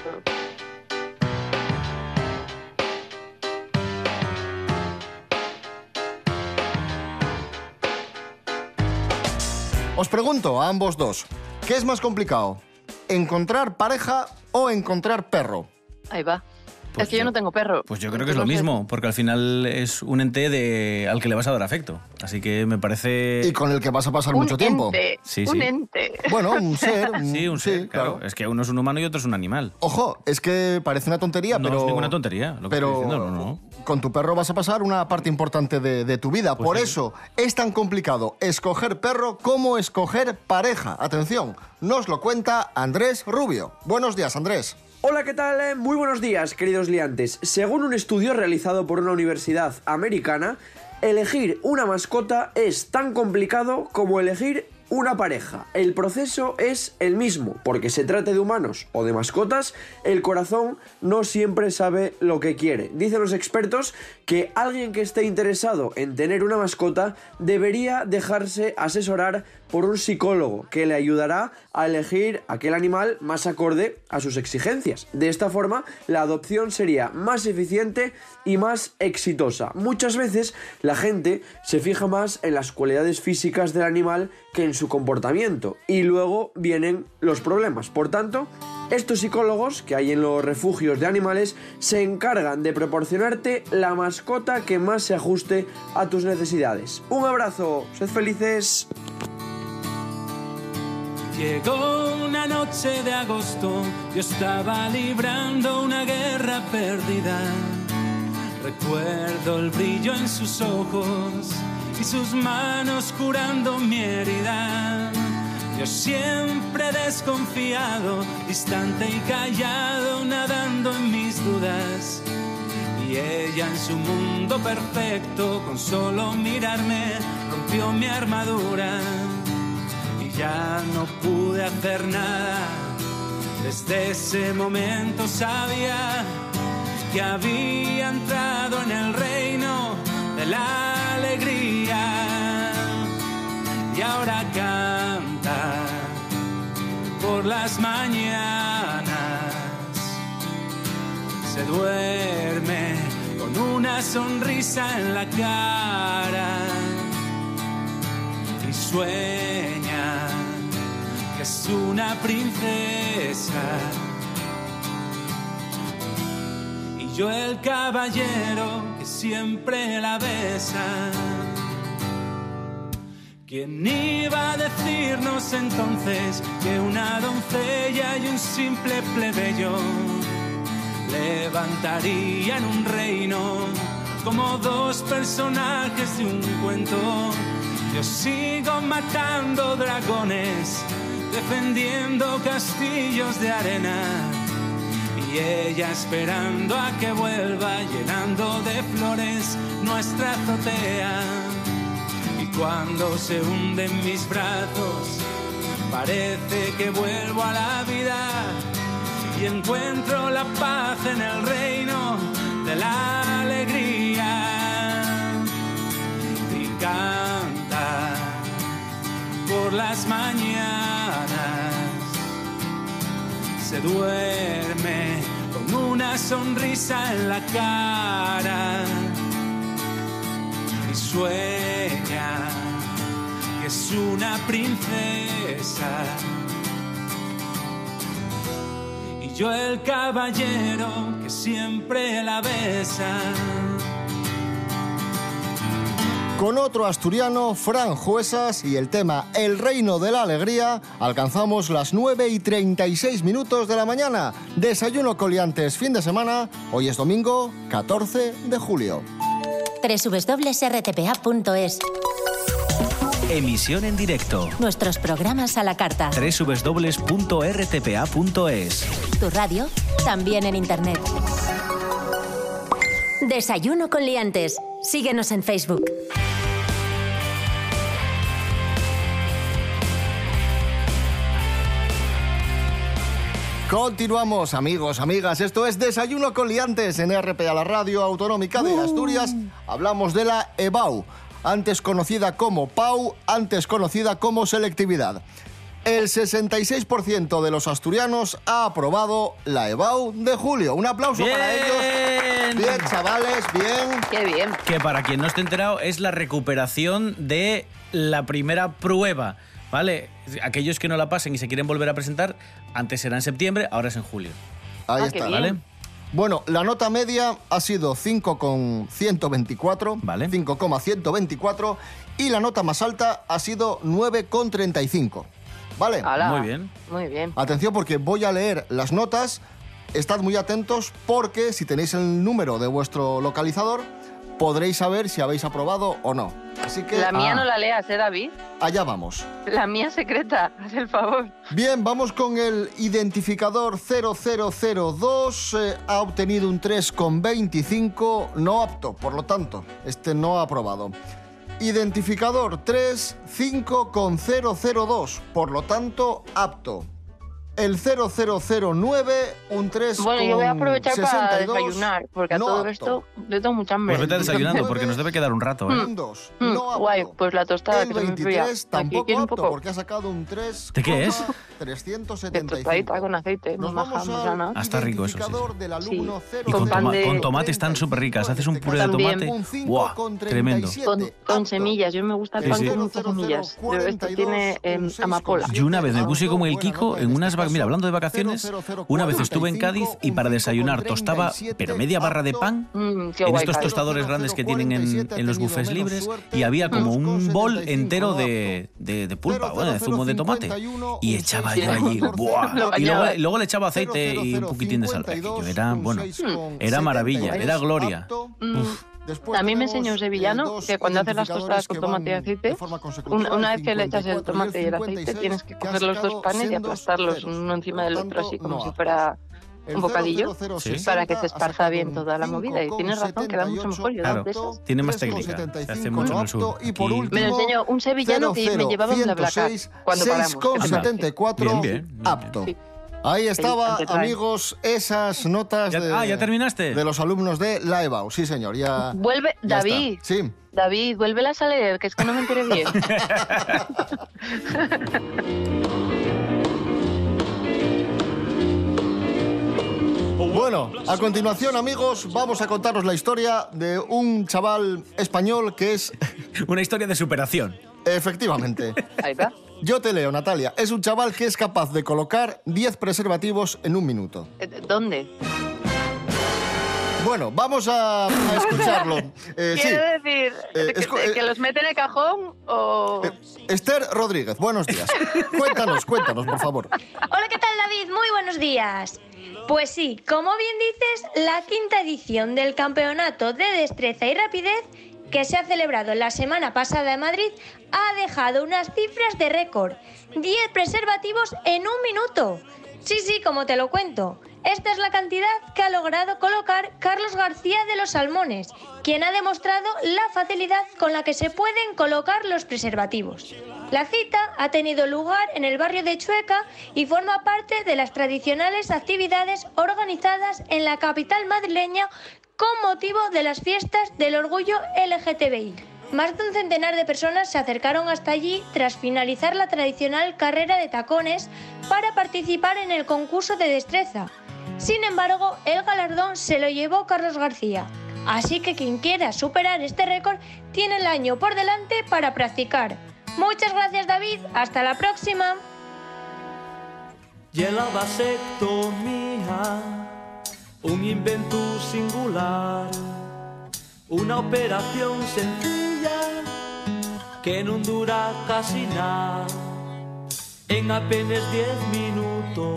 Os pregunto a ambos dos, ¿qué es más complicado? ¿Encontrar pareja o encontrar perro? Ahí va. Es que yo no tengo perro. Pues yo creo que es lo mismo, porque al final es un ente al que le vas a dar afecto. Así que me parece... Y con el que vas a pasar mucho tiempo. Un ente. Bueno, un ser. Sí, un ser, claro. Es que uno es un humano y otro es un animal. Ojo, es que parece una tontería, no pero... No es ninguna tontería, lo que estoy diciendo, no. Con tu perro vas a pasar una parte importante de tu vida. Pues Por sí. eso es tan complicado escoger perro como escoger pareja. Atención, nos lo cuenta Andrés Rubio. Buenos días, Andrés. Hola, ¿qué tal? Muy buenos días, queridos liantes. Según un estudio realizado por una universidad americana, elegir una mascota es tan complicado como elegir una pareja. El proceso es el mismo, porque se trate de humanos o de mascotas, el corazón no siempre sabe lo que quiere. Dicen los expertos que alguien que esté interesado en tener una mascota debería dejarse asesorar por un psicólogo que le ayudará a elegir aquel animal más acorde a sus exigencias. De esta forma, la adopción sería más eficiente y más exitosa. Muchas veces la gente se fija más en las cualidades físicas del animal que en su comportamiento, y luego vienen los problemas. Por tanto, estos psicólogos que hay en los refugios de animales se encargan de proporcionarte la mascota que más se ajuste a tus necesidades. Un abrazo, sed felices. Llegó una noche de agosto, yo estaba librando una guerra perdida. Recuerdo el brillo en sus ojos y sus manos curando mi herida. Yo siempre desconfiado, distante y callado, nadando en mis dudas. Y ella en su mundo perfecto, con solo mirarme, rompió mi armadura. Y ya no pude hacer nada. Desde ese momento sabía que había entrado en el reino de la alegría. Y ahora canta por las mañanas, se duerme con una sonrisa en la cara y sueña que es una princesa y yo el caballero que siempre la besa. ¿Quién iba a decirnos entonces que una doncella y un simple plebeyo levantarían un reino como dos personajes de un cuento? Yo sigo matando dragones, defendiendo castillos de arena, y ella esperando a que vuelva, llenando de flores nuestra azotea. Y cuando se hunde en mis brazos, parece que vuelvo a la vida y encuentro la paz en el reino de la alegría. Y canta por las mañanas, se duerme con una sonrisa en la cara y sueña que es una princesa. Y yo el caballero que siempre la besa. Con otro asturiano, Fran Juesas, y el tema El Reino de la Alegría, alcanzamos las 9:36 de la mañana. Desayuno con liantes, fin de semana. Hoy es domingo, 14 de julio. www.rtpa.es. Emisión en directo. Nuestros programas a la carta. www.rtpa.es. Tu radio, también en internet. Desayuno con liantes. Síguenos en Facebook. Continuamos, amigos, amigas. Esto es Desayuno con liantes en RPA, la radio autonómica de Asturias. Hablamos de la EBAU, antes conocida como PAU, antes conocida como selectividad. El 66% de los asturianos ha aprobado la EBAU de julio. Un aplauso para ellos. Bien, chavales, bien. Qué bien. Que para quien no esté enterado, es la recuperación de la primera prueba, ¿vale? Aquellos que no la pasen y se quieren volver a presentar, antes era en septiembre, ahora es en julio. Ahí está, ¿vale? Bueno, la nota media ha sido 5,124, vale. 5,124, y la nota más alta ha sido 9,35. ¿Vale? Ala. Muy bien. Muy bien. Atención, porque voy a leer las notas. Estad muy atentos porque si tenéis el número de vuestro localizador, podréis saber si habéis aprobado o no. Así que... La mía no la leas, David? Allá vamos. La mía secreta, haz el favor. Bien, vamos con el identificador 0002. Ha obtenido un 3,25, no apto, por lo tanto, este no ha aprobado. Identificador 35002, por lo tanto, apto. El 0009, un 3,62. Bueno, yo voy a aprovechar para desayunar, porque a no todo apto. esto le tengo mucha hambre. Pues vete desayunando, porque nos debe quedar un rato, ¿eh? Un 2, no apto. Guay, pues la tostada El que se me enfría. 23 Aquí tampoco quiero un apto, poco. porque ha sacado un 3. ¿De qué es? 375. Tostadita con aceite, Nos maja, vamos muy al sana. Ah, está rico eso, sí. identificador del alumno Sí. 0. Y con, pan de- con tomate están súper ricas. Haces un puré de También. tomate. Un 5 ¡Buah! con Tremendo. 37. Con semillas, yo me gusta el Sí, pan sí. con muchas semillas. Pero esto tiene amapola. Yo una vez me puse como el Kiko en unas... Mira, hablando de vacaciones, una vez estuve en Cádiz y para desayunar tostaba, pero media barra de pan Qué en guay, estos Cádiz. tostadores grandes que tienen en los bufés libres, y había como un bol entero de pulpa, bueno, de zumo de tomate, y echaba yo allí, ¡buah! Lo Y bañaba. luego le echaba aceite y un poquitín de sal. Aquello era, bueno, era maravilla, era gloria. Uf. A mí me enseñó un sevillano que cuando haces las tostadas con tomate y aceite, una vez que le echas el tomate y el aceite, tienes que coger los dos panes y aplastarlos uno encima del otro, así como si fuera un bocadillo, para que se esparza bien toda la movida. Y tienes razón, queda mucho mejor. Yo Claro, de esas. tiene más técnica, se hace mucho en el sur. Aquí- Me lo enseñó un sevillano que me llevaba un BlaBlaCar cuando paramos. 6,74 Bien. apto. Ahí estaba, antes trae. amigos, esas notas ¿Ya terminaste? de los alumnos de la EBAU. Sí, señor, ya. Vuelve, ya David. está. Sí. David, vuélvelas a leer, que es que no me enteré bien. Bueno, a continuación, amigos, vamos a contaros la historia de un chaval español que es... Una historia de superación. Efectivamente. Ahí está. Yo te leo, Natalia. Es un chaval que es capaz de colocar 10 preservativos en un minuto. ¿Dónde? Bueno, vamos a escucharlo. Quiero decir, que los mete en el cajón o... Esther Rodríguez, buenos días. Cuéntanos, por favor. Hola, ¿qué tal, David? Muy buenos días. Pues sí, como bien dices, la 5ª edición del Campeonato de Destreza y Rapidez, que se ha celebrado la semana pasada en Madrid, ha dejado unas cifras de récord. 10 preservativos en 1 minuto. Sí, como te lo cuento. Esta es la cantidad que ha logrado colocar Carlos García de los Salmones, quien ha demostrado la facilidad con la que se pueden colocar los preservativos. La cita ha tenido lugar en el barrio de Chueca y forma parte de las tradicionales actividades organizadas en la capital madrileña con motivo de las fiestas del orgullo LGTBI. Más de un centenar de personas se acercaron hasta allí tras finalizar la tradicional carrera de tacones para participar en el concurso de destreza. Sin embargo, el galardón se lo llevó Carlos García. Así que quien quiera superar este récord tiene el año por delante para practicar. Muchas gracias, David. Hasta la próxima. Y la vasectomía, un invento singular, una operación sencilla que no dura casi nada. En apenas 10 minutos,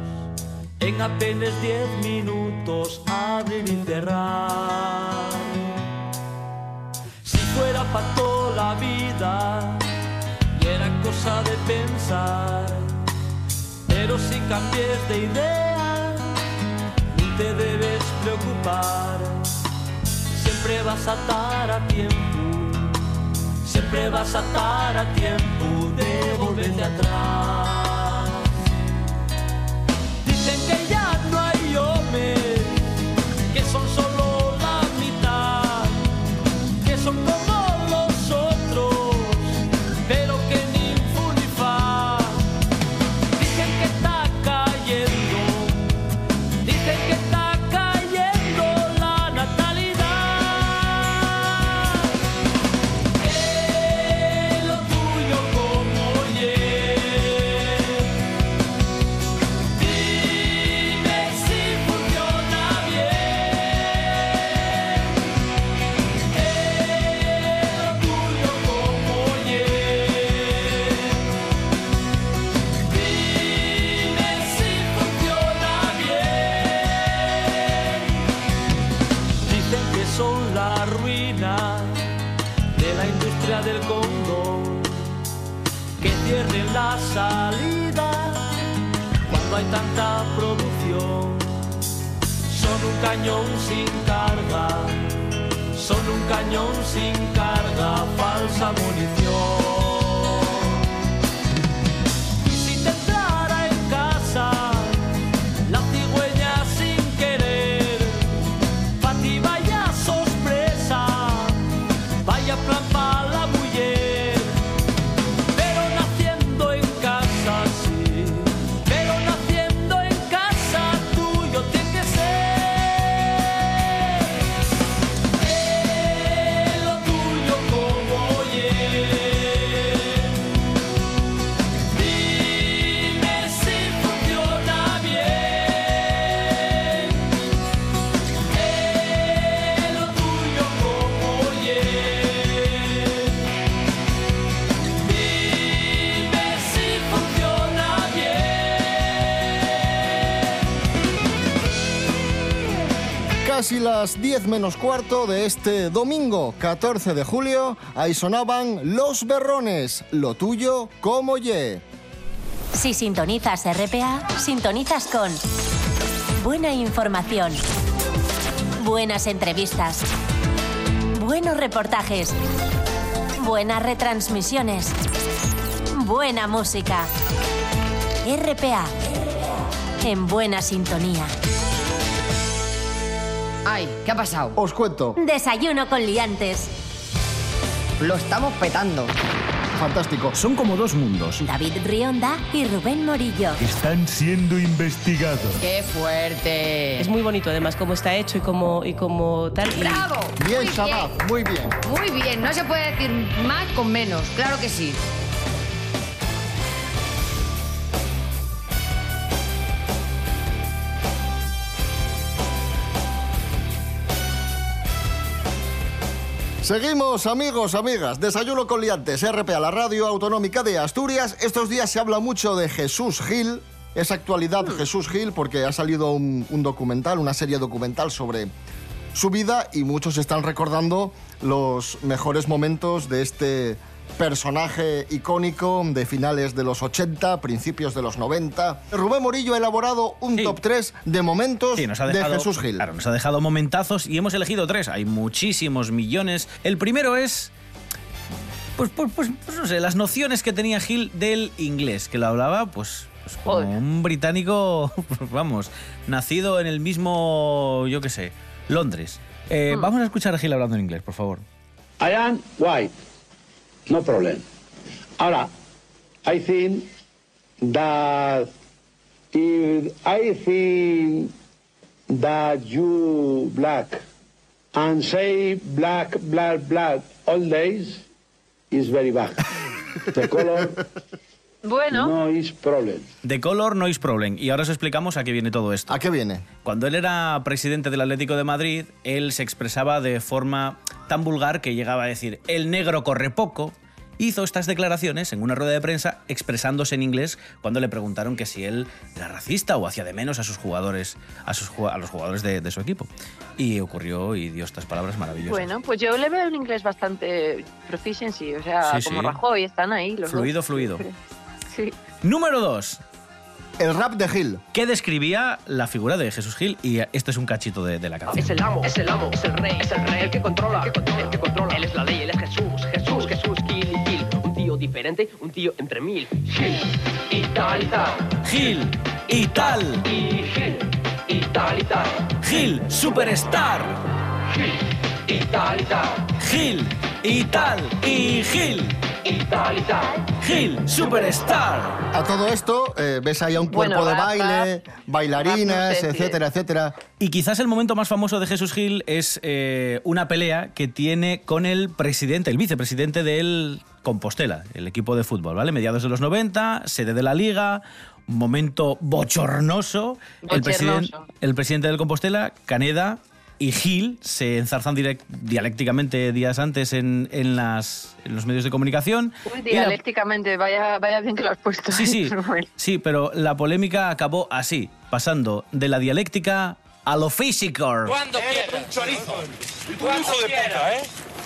abrir y cerrar. Si fuera para toda la vida, y era cosa de pensar, pero si cambies de idea, no te debes preocupar. Siempre vas a estar a tiempo de volverte atrás. Dicen que ya no hay hombres, que son solo la mitad, que son como los otros, pero que ni fu ni fa. Dicen que está cayendo la natalidad. Lo tuyo como dime si funciona bien. Lo tuyo como dime si funciona bien. Dicen que son la ruina de la industria del condón, que cierren la salida cuando hay tanta producción. Son un cañón sin carga, falsa munición. Y si te entrara en casa la cigüeña sin querer, pa' ti vaya sorpresa, vaya plan pa' la mujer. Pero naciendo en casa, sí, pero naciendo en casa tuyo tiene que ser. Lo tuyo como dime si funciona bien. Lo tuyo como dime si funciona bien. Casi las 10 menos cuarto de este domingo 14 de julio, ahí sonaban Los Berrones, lo tuyo como ye. Si sintonizas RPA, sintonizas con buena información, buenas entrevistas, buenos reportajes, buenas retransmisiones, buena música. RPA, en buena sintonía. Ay, ¿qué ha pasado? Os cuento. Desayuno con liantes. Lo estamos petando. Fantástico. Son como dos mundos. David Rionda y Rubén Morillo. Están siendo investigados. ¡Qué fuerte! Es muy bonito además cómo está hecho y cómo tal. ¡Bravo! Bien, Muy Shabab, muy bien. Muy bien, no se puede decir más con menos, claro que sí. Seguimos, amigos, amigas. Desayuno con liantes, RPA, la radio autonómica de Asturias. Estos días se habla mucho de Jesús Gil. Es actualidad Jesús Gil porque ha salido un documental, una serie documental sobre su vida y muchos están recordando los mejores momentos de este personaje icónico de finales de los 80, principios de los 90. Rubén Morillo ha elaborado un top 3 de momentos de Jesús Gil. Claro, nos ha dejado momentazos y hemos elegido 3. Hay muchísimos millones. El primero es... Pues no sé, las nociones que tenía Gil del inglés, que lo hablaba, pues como un británico, vamos, nacido en el mismo, yo qué sé, Londres. Vamos a escuchar a Gil hablando en inglés, por favor. I am white. No problem. Ahora, I think that if I think that you black and say black, black, black all days is very bad. The color Bueno. no is problem. The color no is problem. Y ahora os explicamos a qué viene todo esto. ¿A qué viene? Cuando él era presidente del Atlético de Madrid, él se expresaba de forma tan vulgar que llegaba a decir el negro corre poco. Hizo estas declaraciones en una rueda de prensa expresándose en inglés cuando le preguntaron que si él era racista o hacía de menos a sus jugadores, a los jugadores de su equipo. Y ocurrió y dio estas palabras maravillosas. Bueno, pues yo le veo un inglés bastante proficiency, o sea, Sí, como sí. Rajoy, están ahí los Fluido, dos. fluido. Sí. Número 2. El rap de Gil. ¿Qué describía la figura de Jesús Gil? Y este es un cachito de la canción. Es el amo, es el amo, es el rey, el que controla, el que controla. Él es la ley, él es Jesús, Jesús, Jesús, Gil y Gil. Un tío diferente, un tío entre mil. Gil y tal y tal. Gil y tal. Y Gil y tal y tal. Gil, superstar. Gil y tal y tal. Gil y tal. Y Gil. Y tal y tal. Gil, superstar. A todo esto, ves ahí a un cuerpo Bueno, de rap, baile, bailarinas, no sé, etcétera, etcétera. Y quizás el momento más famoso de Jesús Gil es una pelea que tiene con el presidente, el vicepresidente del Compostela, el equipo de fútbol, ¿vale? Mediados de los 90, sede de la Liga, un momento bochornoso. El presidente del Compostela, Caneda, y Gil se enzarzan dialécticamente días antes en los medios de comunicación. Uy, dialécticamente, vaya bien que lo has puesto. Sí, pero la polémica acabó así, pasando de la dialéctica a lo físico. ¿Cuándo quieras? Un chorizo. Y tú un hijo de puta, ¿eh?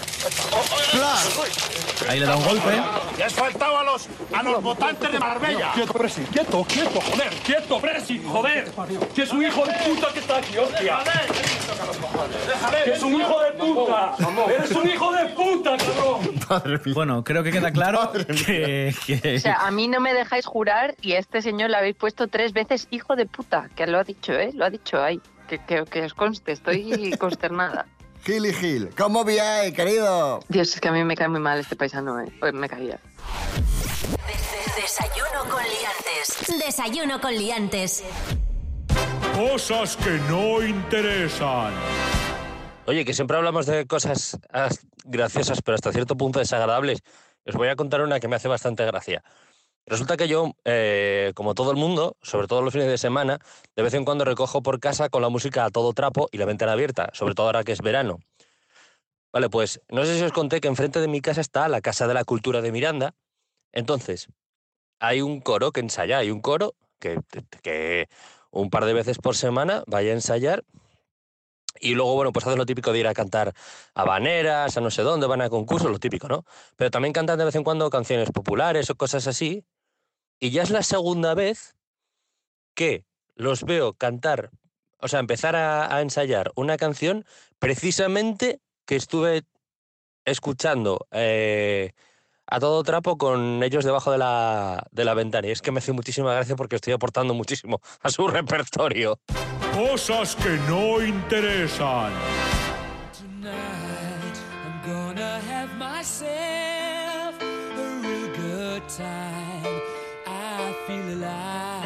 Ahí le da un golpe. Le has faltado a los votantes de Marbella. Quieto, Presi, quieto, joder, quieto, Presi, joder. Que es un hijo de puta que está aquí, hostia. Que es un hijo de puta. Eres un hijo de puta, cabrón. Bueno, creo que queda claro que... O sea, a mí no me dejáis jurar y a este señor le habéis puesto 3 veces hijo de puta, que lo ha dicho, ¿eh? Lo ha dicho ahí. Que os conste, estoy consternada. Gil y Gil, ¿cómo viene, querido? Dios, es que a mí me cae muy mal este paisano, ¿eh? Pues me caía. Desayuno con liantes. Desayuno con liantes. Cosas que no interesan. Oye, que siempre hablamos de cosas graciosas, pero hasta cierto punto desagradables. Os voy a contar una que me hace bastante gracia. Resulta que yo, como todo el mundo, sobre todo los fines de semana, de vez en cuando recojo por casa con la música a todo trapo y la ventana abierta, sobre todo ahora que es verano. Vale, pues no sé si os conté que enfrente de mi casa está la Casa de la Cultura de Miranda. Entonces, hay un coro que ensaya, hay un coro que un par de veces por semana vaya a ensayar. Y luego, bueno, pues hacen lo típico de ir a cantar habaneras, a no sé dónde, van a concursos, lo típico, ¿no? Pero también cantan de vez en cuando canciones populares o cosas así. Y ya es la segunda vez que los veo cantar, o sea, empezar a ensayar una canción precisamente que estuve escuchando a todo trapo con ellos debajo de la ventana. Y es que me hace muchísima gracia porque estoy aportando muchísimo a su repertorio. Cosas que no interesan. Tonight I'm gonna have myself a real good time. I feel alive.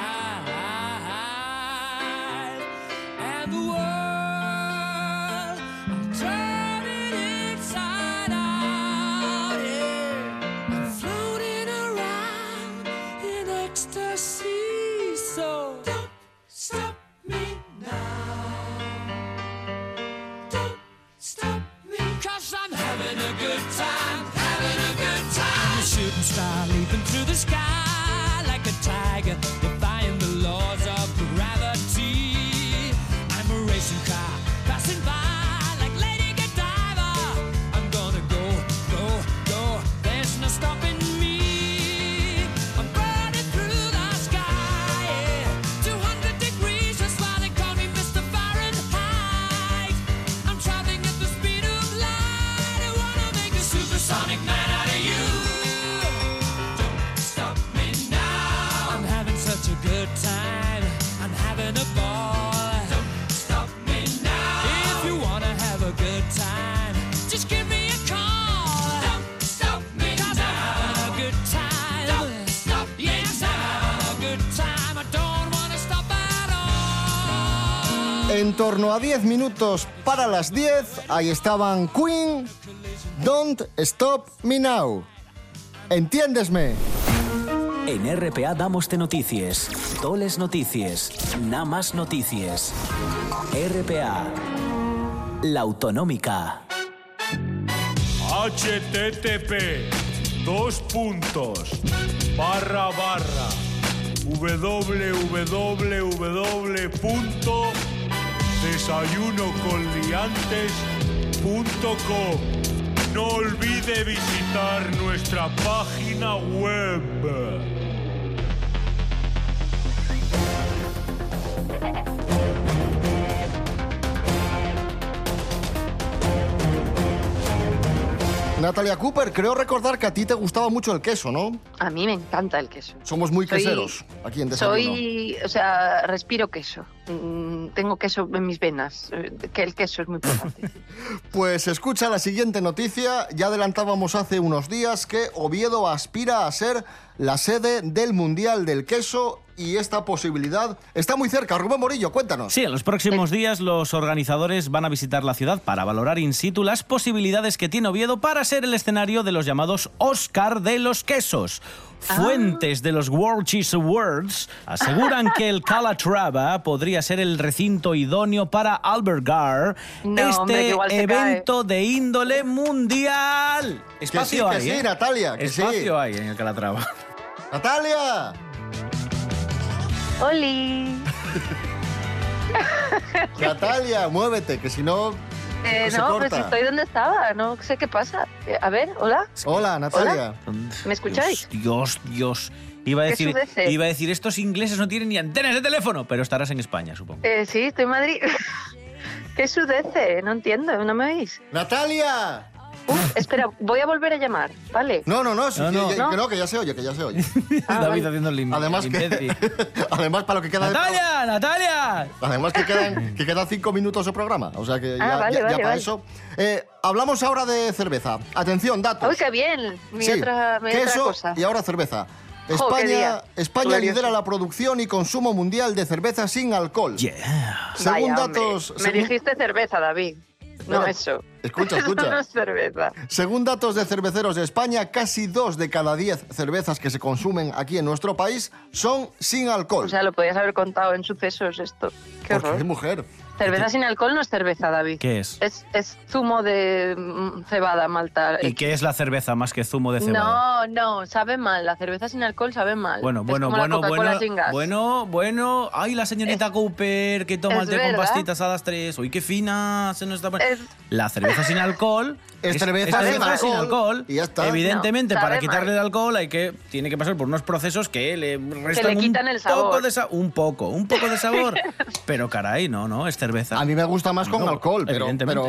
And the world, I'm turning inside out. Yeah. I'm floating around in ecstasy. So don't stop me now. Don't stop me. 'Cause 'cause I'm having a good time, having a good time. I'm a shooting star leaping through the sky like a tiger, defying the laws of gravity. I'm a racing car passing by like Lady Godiva. I'm gonna go, go, go. There's no stopping me. I'm burning through the sky, yeah. 200 degrees, that's why they call me Mr. Fahrenheit. I'm traveling at the speed of light. I wanna make a supersonic man out of you. Don't stop me now. I'm having such a good time. I'm having a ball. Don't stop me now. If you wanna have a good time, just give me a call. Don't stop me now. 'Cause I'm having a good time. Don't stop me now. Yes, I'm having a good time. I don't wanna stop at all. En torno a 10 minutos para las 10, ahí estaban Queen, Don't Stop Me Now. Entiéndesme. En RPA damos-te notícies, toles notícies, na más notícies. RPA, l'autonòmica. www.desayunoconliantes.com. No olvide visitar nuestra página web. Natalia Cooper, creo recordar que a ti te gustaba mucho el queso, ¿no? A mí me encanta el queso. Somos muy queseros aquí en Desayuno. Respiro queso. Tengo queso en mis venas. Que el queso es muy importante. Pues escucha la siguiente noticia. Ya adelantábamos hace unos días que Oviedo aspira a ser la sede del Mundial del Queso y esta posibilidad está muy cerca. Rubén Morillo, cuéntanos. Sí, en los próximos días los organizadores van a visitar la ciudad para valorar in situ las posibilidades que tiene Oviedo para ser el escenario de los llamados Oscar de los quesos. Fuentes de los World Cheese Awards aseguran que el Calatrava podría ser el recinto idóneo para albergar evento de índole mundial. Espacio que hay, sí, ¿eh? Natalia, que Espacio hay en el Calatrava. ¡Natalia! ¡Oli! Natalia, muévete, que si no... se no, corta. pues estoy donde estaba, no sé qué pasa. A ver, hola. Hola, Natalia. ¿Hola? ¿Me escucháis? Dios. Iba a ¿Qué sudece? decir, estos ingleses no tienen ni antenas de teléfono, pero estarás en España, supongo. Sí, estoy en Madrid. ¿Qué sudece? No entiendo, ¿no me oís? ¡Natalia! Espera, voy a volver a llamar, ¿vale? No, que ya se oye. David haciendo el Además, además, para lo que queda ¡Natalia! Además que quedan 5 minutos de programa. O sea que ya para eso. Hablamos ahora de cerveza. Atención, datos. ¡Uy, qué bien! Mi Sí, otra queso cosa. y ahora cerveza. qué día. España Glorioso. lidera la producción y consumo mundial de cerveza sin alcohol. Según Vaya, datos... hombre. Me dijiste cerveza, David. No eso. Escucha. No es cerveza. Según datos de Cerveceros de España, casi 2 de cada 10 cervezas que se consumen aquí en nuestro país son sin alcohol. O sea, lo podías haber contado en sucesos esto. Qué ¿Por horror. qué, mujer? Cerveza sin alcohol no es cerveza, David. ¿Qué es? Es zumo de cebada, malta. ¿Y qué es la cerveza más que zumo de cebada? No, sabe mal. La cerveza sin alcohol sabe mal. Bueno. Es como la Coca-Cola sin gas. Bueno. Ay, la señorita Cooper que toma es el té con verdad. pastitas a las 3. Uy, qué fina se nos está poniendo. La cerveza sin alcohol Es cerveza sin alcohol. Y ya está. Evidentemente, No, para sabe quitarle mal. el alcohol tiene que pasar por unos procesos que le restan quitan el sabor. un poco de sabor. Pero caray, no, es cerveza. A mí me gusta más con No, alcohol, pero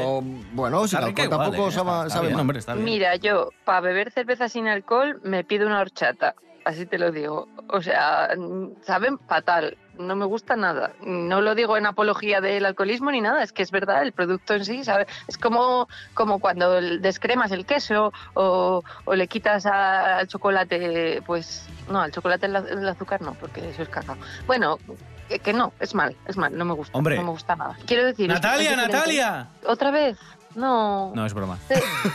bueno, sin Está alcohol rica tampoco igual, sabe bien, mal. hombre, está bien. Mira, yo, para beber cerveza sin alcohol, me pido una horchata. Así te lo digo. O sea, saben fatal. No me gusta nada. No lo digo en apología del alcoholismo ni nada. Es que es verdad, el producto en sí, ¿sabes? Es como cuando descremas el queso o le quitas al chocolate, pues... No, al chocolate el azúcar no, porque eso es cacao. Bueno, que no, es mal, no me gusta. Hombre. No me gusta nada. Quiero decir... ¡Natalia, es diferente. Natalia! ¿Otra vez? No. No, es broma.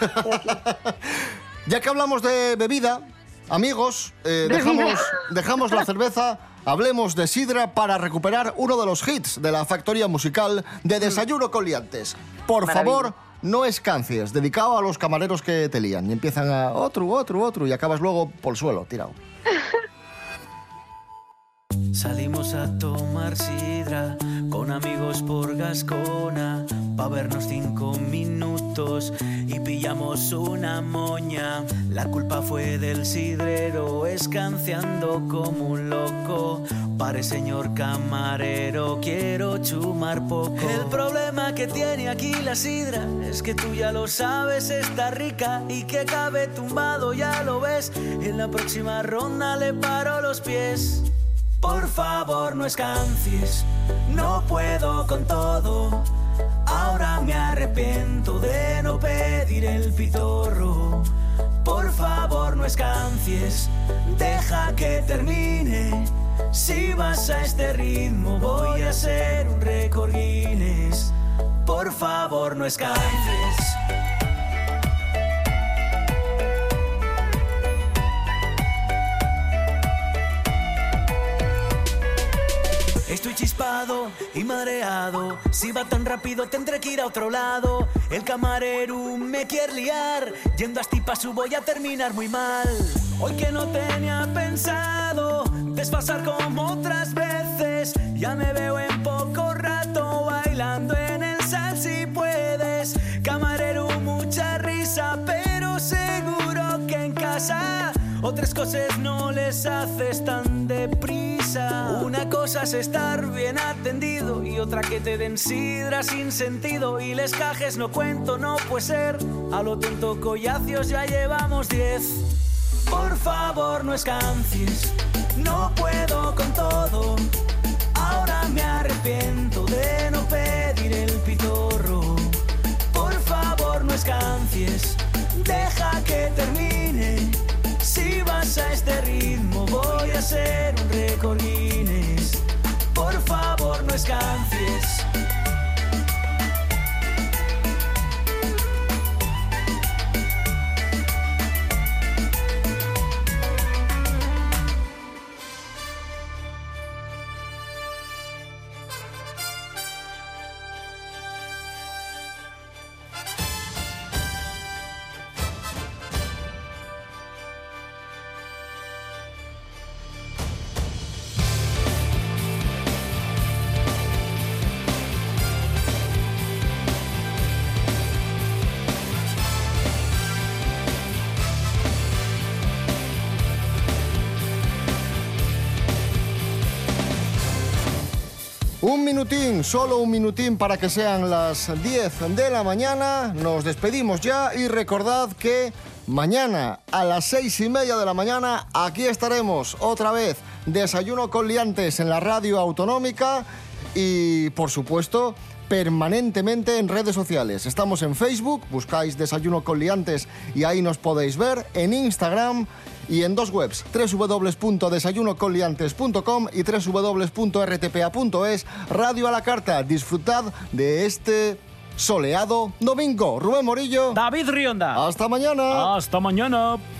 Ya que hablamos de bebida, amigos, dejamos la cerveza, hablemos de sidra para recuperar uno de los hits de la factoría musical de Desayuno con Liantes. Por Maravilla. favor, No escancies, dedicado a los camareros que te lían y empiezan a otro y acabas luego por el suelo, tirado. Salimos a tomar sidra con amigos por Gascona, pa' vernos 5 minutos y pillamos una moña. La culpa fue del sidrero, escanciando como un loco. Pare, señor camarero, quiero chumar poco. El problema que tiene aquí la sidra es que tú ya lo sabes, está rica y que cabe tumbado, ya lo ves. En la próxima ronda le paro los pies. Por favor, no escancies, no puedo con todo. Ahora me arrepiento de no pedir el pitorro. Por favor, no escancies, deja que termine. Si vas a este ritmo, voy a hacer un récord Guinness. Por favor, no escancies. Estoy chispado y mareado. Si va tan rápido tendré que ir a otro lado. El camarero me quiere liar. Yendo a Estipazu voy a terminar muy mal. Hoy que no tenía pensado desfasar como otras veces, ya me veo en poco rato bailando en el sal si puedes. Camarero, mucha risa, pero seguro que en casa otras cosas no les haces tan deprisa. Una cosa es estar bien atendido y otra que te den sidra sin sentido. Y les cajes no cuento, no puede ser. A lo tonto collacios ya llevamos 10. Por favor, no escancies, no puedo con todo. Ahora me arrepiento de no pedir el pitorro. Por favor, no escancies, deja que termine. Si vas a este ritmo voy a hacer un récord Guinness. Por favor, no escancies. Un minutín, solo un minutín para que sean las 10 de la mañana. Nos despedimos ya y recordad que mañana a las 6:30 de la mañana aquí estaremos otra vez. Desayuno con liantes en la radio autonómica y, por supuesto, permanentemente en redes sociales. Estamos en Facebook, buscáis Desayuno con liantes y ahí nos podéis ver, en Instagram y en dos webs, www.desayunoconliantes.com y www.rtpa.es. Radio a la carta. Disfrutad de este soleado domingo. Rubén Morillo. David Rionda. Hasta mañana. Hasta mañana.